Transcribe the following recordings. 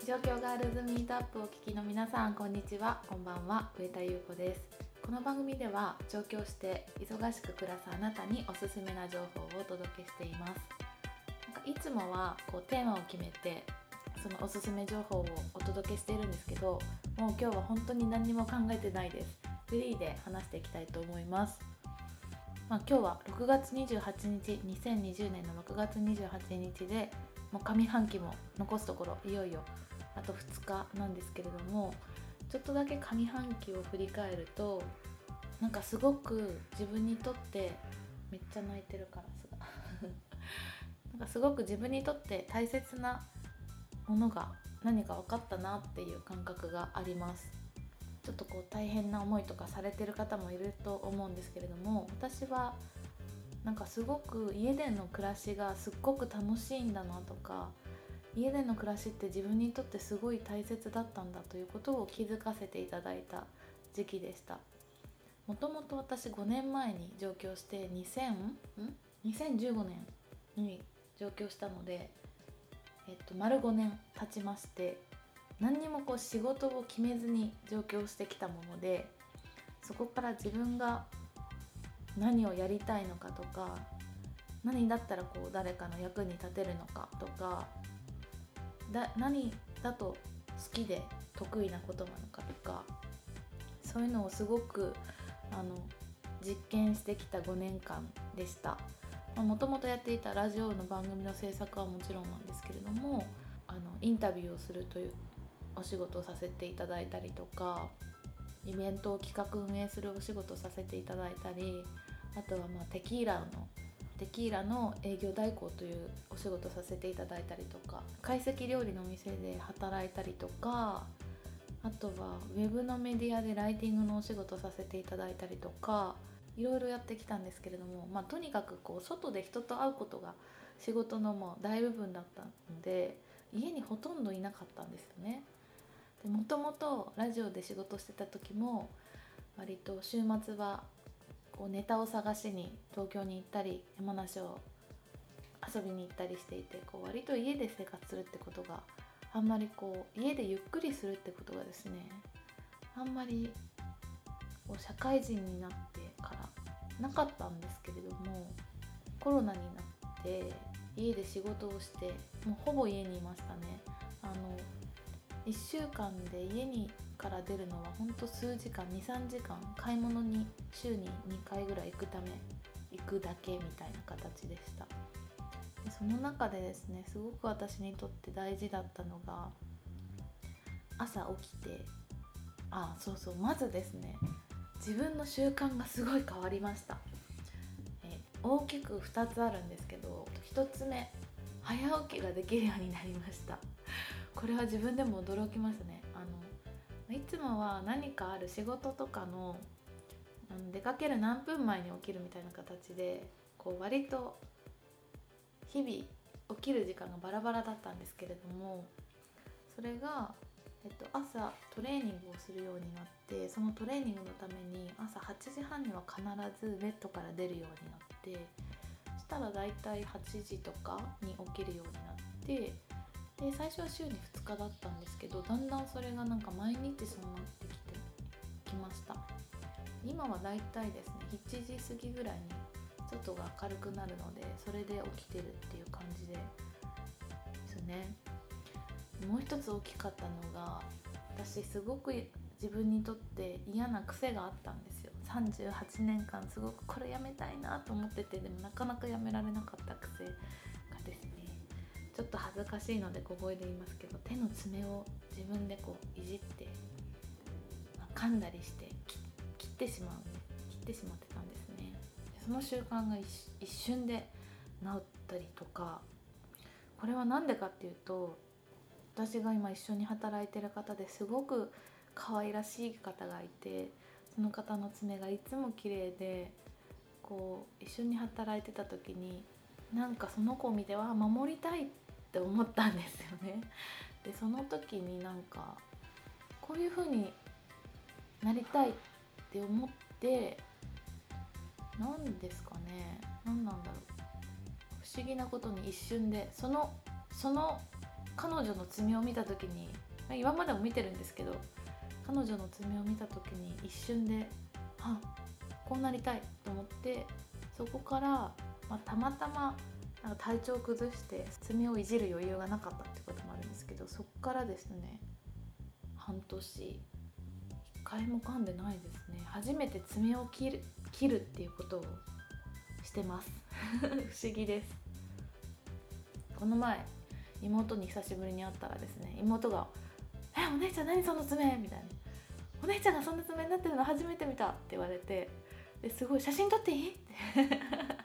状況ガールズミートアップをお聞きの皆さん、こんにちは、こんばんは。上田優子です。この番組では上京して忙しく暮らすあなたにおすすめな情報をお届けしています。いつもはテーマを決めてそのおすすめ情報をお届けしているんですけど、もう今日は本当に何も考えてないです。フリーで話していきたいと思います。今日は6月28日、2020年の6月28日で、もう上半期も残すところいよいよあと2日なんですけれども、ちょっとだけ上半期を振り返ると、すごく自分にとってめっちゃ泣いてるからすごく自分にとって大切なものが何か分かったなっていう感覚があります。ちょっと大変な思いとかされてる方もいると思うんですけれども、私はすごく家での暮らしがすっごく楽しいんだなとか、家での暮らしって自分にとってすごい大切だったんだということを気づかせていただいた時期でした。もともと私5年前に上京して2015年に上京したので、丸5年経ちまして、何にも仕事を決めずに上京してきたもので、そこから自分が何をやりたいのかとか、何だったら誰かの役に立てるのかとか、何だと好きで得意なことなのかとか、そういうのをすごく実験してきた5年間でした。もともとやっていたラジオの番組の制作はもちろんなんですけれども、インタビューをするというお仕事をさせていただいたりとか、イベントを企画運営するお仕事をさせていただいたり、あとはテキーラの営業代行というお仕事をさせていただいたりとか、懐石料理の店で働いたりとか、あとはウェブのメディアでライティングのお仕事をさせていただいたりとか、いろいろやってきたんですけれども、とにかく外で人と会うことが仕事の大部分だったので、家にほとんどいなかったんですよね。もともとラジオで仕事してた時も、割と週末はネタを探しに東京に行ったり山梨を遊びに行ったりしていて、割と家で生活するってことがあんまり家でゆっくりするってことがですね、あんまり社会人になってからなかったんですけれども、コロナになって家で仕事をして、もうほぼ家にいましたね。1週間で家にから出るのはほんと数時間、 2,3 時間、買い物に週に2回ぐらい行くだけみたいな形でした。でその中でですね、すごく私にとって大事だったのが、朝起きてまずですね、自分の習慣がすごい変わりました。大きく2つあるんですけど、1つ目、早起きができるようになりました。これは自分でも驚きますね。いつもは何かある仕事とかの出かける何分前に起きるみたいな形で、割と日々起きる時間がバラバラだったんですけれども、それが、朝トレーニングをするようになって、そのトレーニングのために朝8時半には必ずベッドから出るようになって、そしたらだいたい8時とかに起きるようになって、で最初は週に2日だったんですけど、だんだんそれが毎日そうなってきました。今はだいたいですね、7時過ぎぐらいに外が明るくなるので、それで起きてるっていう感じですね。もう一つ大きかったのが、私すごく自分にとって嫌な癖があったんですよ。38年間すごくこれやめたいなと思ってて、でもなかなかやめられなかった癖がですね、ちょっと恥ずかしいので小声で言いますけど、手の爪を自分でいじって、噛んだりして切ってしまってたんですね。その習慣が一瞬で治ったりとか、これはなんでかっていうと、私が今一緒に働いてる方ですごく可愛らしい方がいて、その方の爪がいつも綺麗で、一緒に働いてた時にその子を見て守りたいって思ったんですよね。でその時にこういう風になりたいって思って、何ですかね、何なんだろう、不思議なことに一瞬でその彼女の爪を見た時に、今までも見てるんですけど、彼女の爪を見た時に一瞬でこうなりたいと思って、そこから、たまたまなんか体調を崩して爪をいじる余裕がなかったってこともあるんですけど、そこからですね、半年一回も噛んでないですね。初めて爪を切るっていうことをしてます不思議です。この前妹に久しぶりに会ったらですね、妹がお姉ちゃん何その爪みたいな、お姉ちゃんがそんな爪になってるの初めて見たって言われて、ですごい写真撮っていいって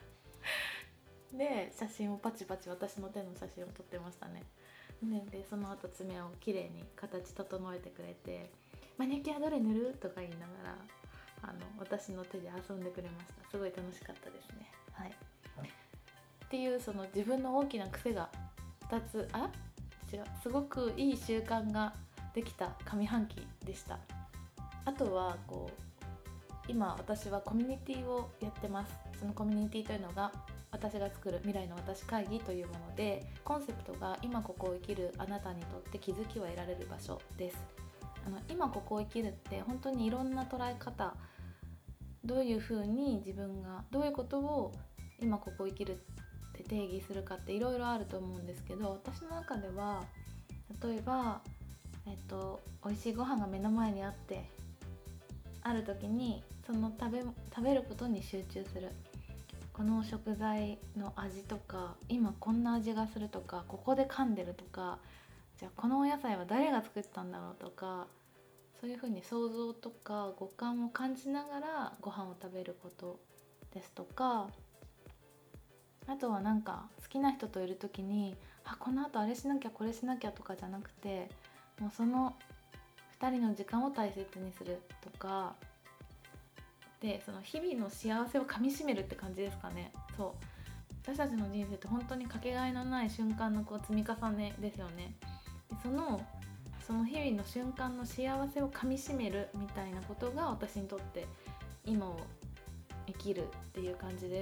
で写真をパチパチ私の手の写真を撮ってましたね。でその後爪をきれいに形整えてくれて、マニキュアどれ塗るとか言いながら私の手で遊んでくれました。すごい楽しかったですね。はい。っていうその自分の大きな癖が2つすごくいい習慣ができた上半期でした。あとは今私はコミュニティをやってます。そのコミュニティというのが私が作る未来の私会議というもので、コンセプトが今ここを生きるあなたにとって気づきを得られる場所です。今ここを生きるって本当にいろんな捉え方、どういうふうに自分がどういうことを今ここを生きるって定義するかっていろいろあると思うんですけど、私の中では例えば、美味しいご飯が目の前にあってある時にその食べることに集中する。この食材の味とか、今こんな味がするとか、ここで噛んでるとか、じゃあこのお野菜は誰が作ったんだろうとか、そういうふうに想像とか五感を感じながらご飯を食べることですとか、あとはなんか好きな人といる時にこの後あれしなきゃこれしなきゃとかじゃなくて、もうその2人の時間を大切にするとかで、その日々の幸せをかみしめるって感じですかね。そう、私たちの人生って本当にかけがえのない瞬間の積み重ねですよね。でその日々の瞬間の幸せをかみしめるみたいなことが私にとって今を生きるっていう感じです。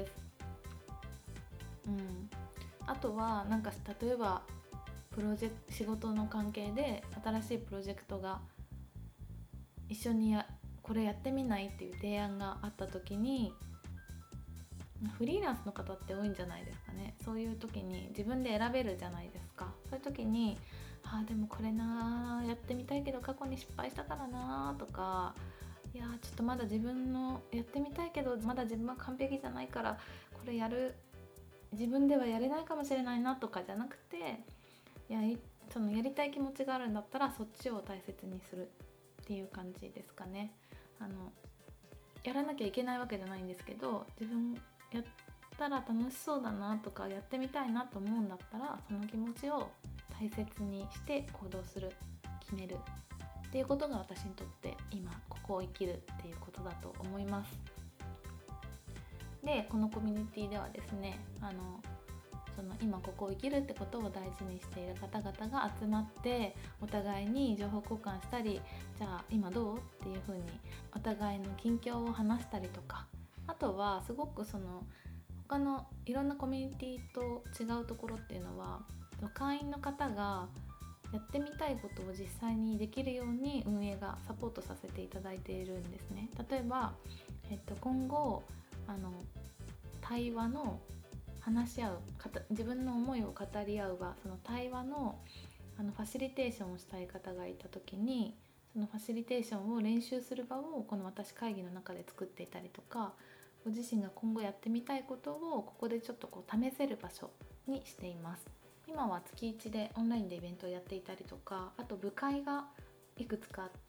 あとはなんか例えば仕事の関係で新しいプロジェクトが一緒にこれやってみないっていう提案があった時に、フリーランスの方って多いんじゃないですかね。そういう時に自分で選べるじゃないですか。そういう時にでもこれなやってみたいけど過去に失敗したからなとか、いやちょっとまだ自分のやってみたいけどまだ自分は完璧じゃないからこれ自分ではやれないかもしれないなとかじゃなくて、そのやりたい気持ちがあるんだったらそっちを大切にするっていう感じですかね。やらなきゃいけないわけじゃないんですけど、自分やったら楽しそうだなとかやってみたいなと思うんだったら、その気持ちを大切にして行動する、決めるっていうことが私にとって今ここを生きるっていうことだと思います。でこのコミュニティではですね、その今ここを生きるってことを大事にしている方々が集まってお互いに情報交換したり、じゃあ今どうっていう風にお互いの近況を話したりとか、あとはすごくその他のいろんなコミュニティと違うところっていうのは、会員の方がやってみたいことを実際にできるように運営がサポートさせていただいているんですね。例えば、今後対話の話し合う自分の思いを語り合う場、その対話のファシリテーションをしたい方がいた時に、そのファシリテーションを練習する場をこの私会議の中で作っていたりとか、ご自身が今後やってみたいことをここでちょっと試せる場所にしています。今は月1でオンラインでイベントをやっていたりとか、あと部会がいくつかあって、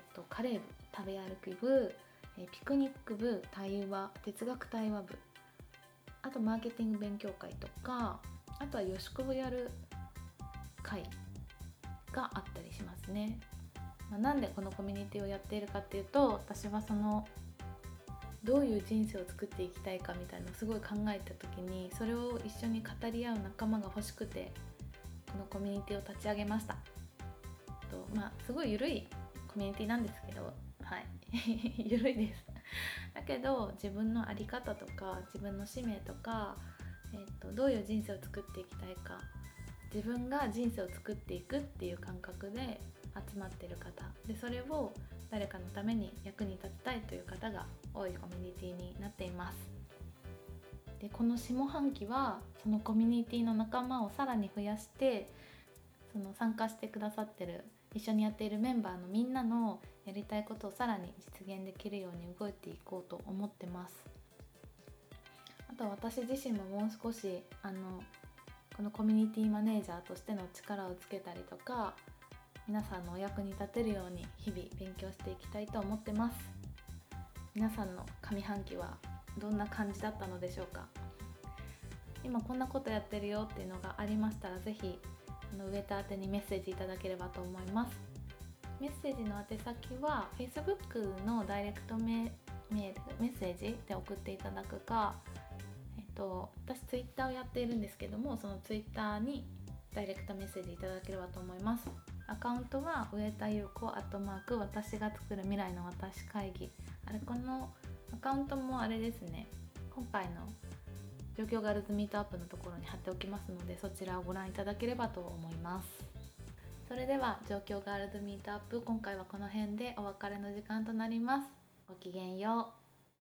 カレー部、食べ歩き部、ピクニック部、対話、哲学対話部、あとマーケティング勉強会とか、あとは予宿をやる会があったりしますね。なんでこのコミュニティをやっているかっていうと、私はどういう人生を作っていきたいかみたいなのをすごい考えた時に、それを一緒に語り合う仲間が欲しくてこのコミュニティを立ち上げました。すごい緩いコミュニティなんですけど、緩いですだけど自分の在り方とか自分の使命とか、どういう人生を作っていきたいか自分が人生を作っていくっていう感覚で集まっている方で、それを誰かのために役に立ちたいという方が多いコミュニティになっています。でこの下半期はそのコミュニティの仲間をさらに増やして、その参加してくださってる一緒にやっているメンバーのみんなのやりたいことをさらに実現できるように動いていこうと思ってます。あと私自身ももう少しこのコミュニティマネージャーとしての力をつけたりとか、皆さんのお役に立てるように日々勉強していきたいと思ってます。皆さんの上半期はどんな感じだったのでしょうか。今こんなことやってるよっていうのがありましたら、ぜひ上田宛てにメッセージいただければと思います。メッセージの宛先は Facebook のダイレクトメールメッセージで送っていただくか、私 Twitter をやっているんですけども、その Twitter にダイレクトメッセージいただければと思います。アカウントは上田優子@私が作る未来の私会議。このアカウントもあれですね、今回の状況ガールズミートアップのところに貼っておきますので、そちらをご覧いただければと思います。それでは状況ガールズミートアップ、今回はこの辺でお別れの時間となります。ごきげんよう。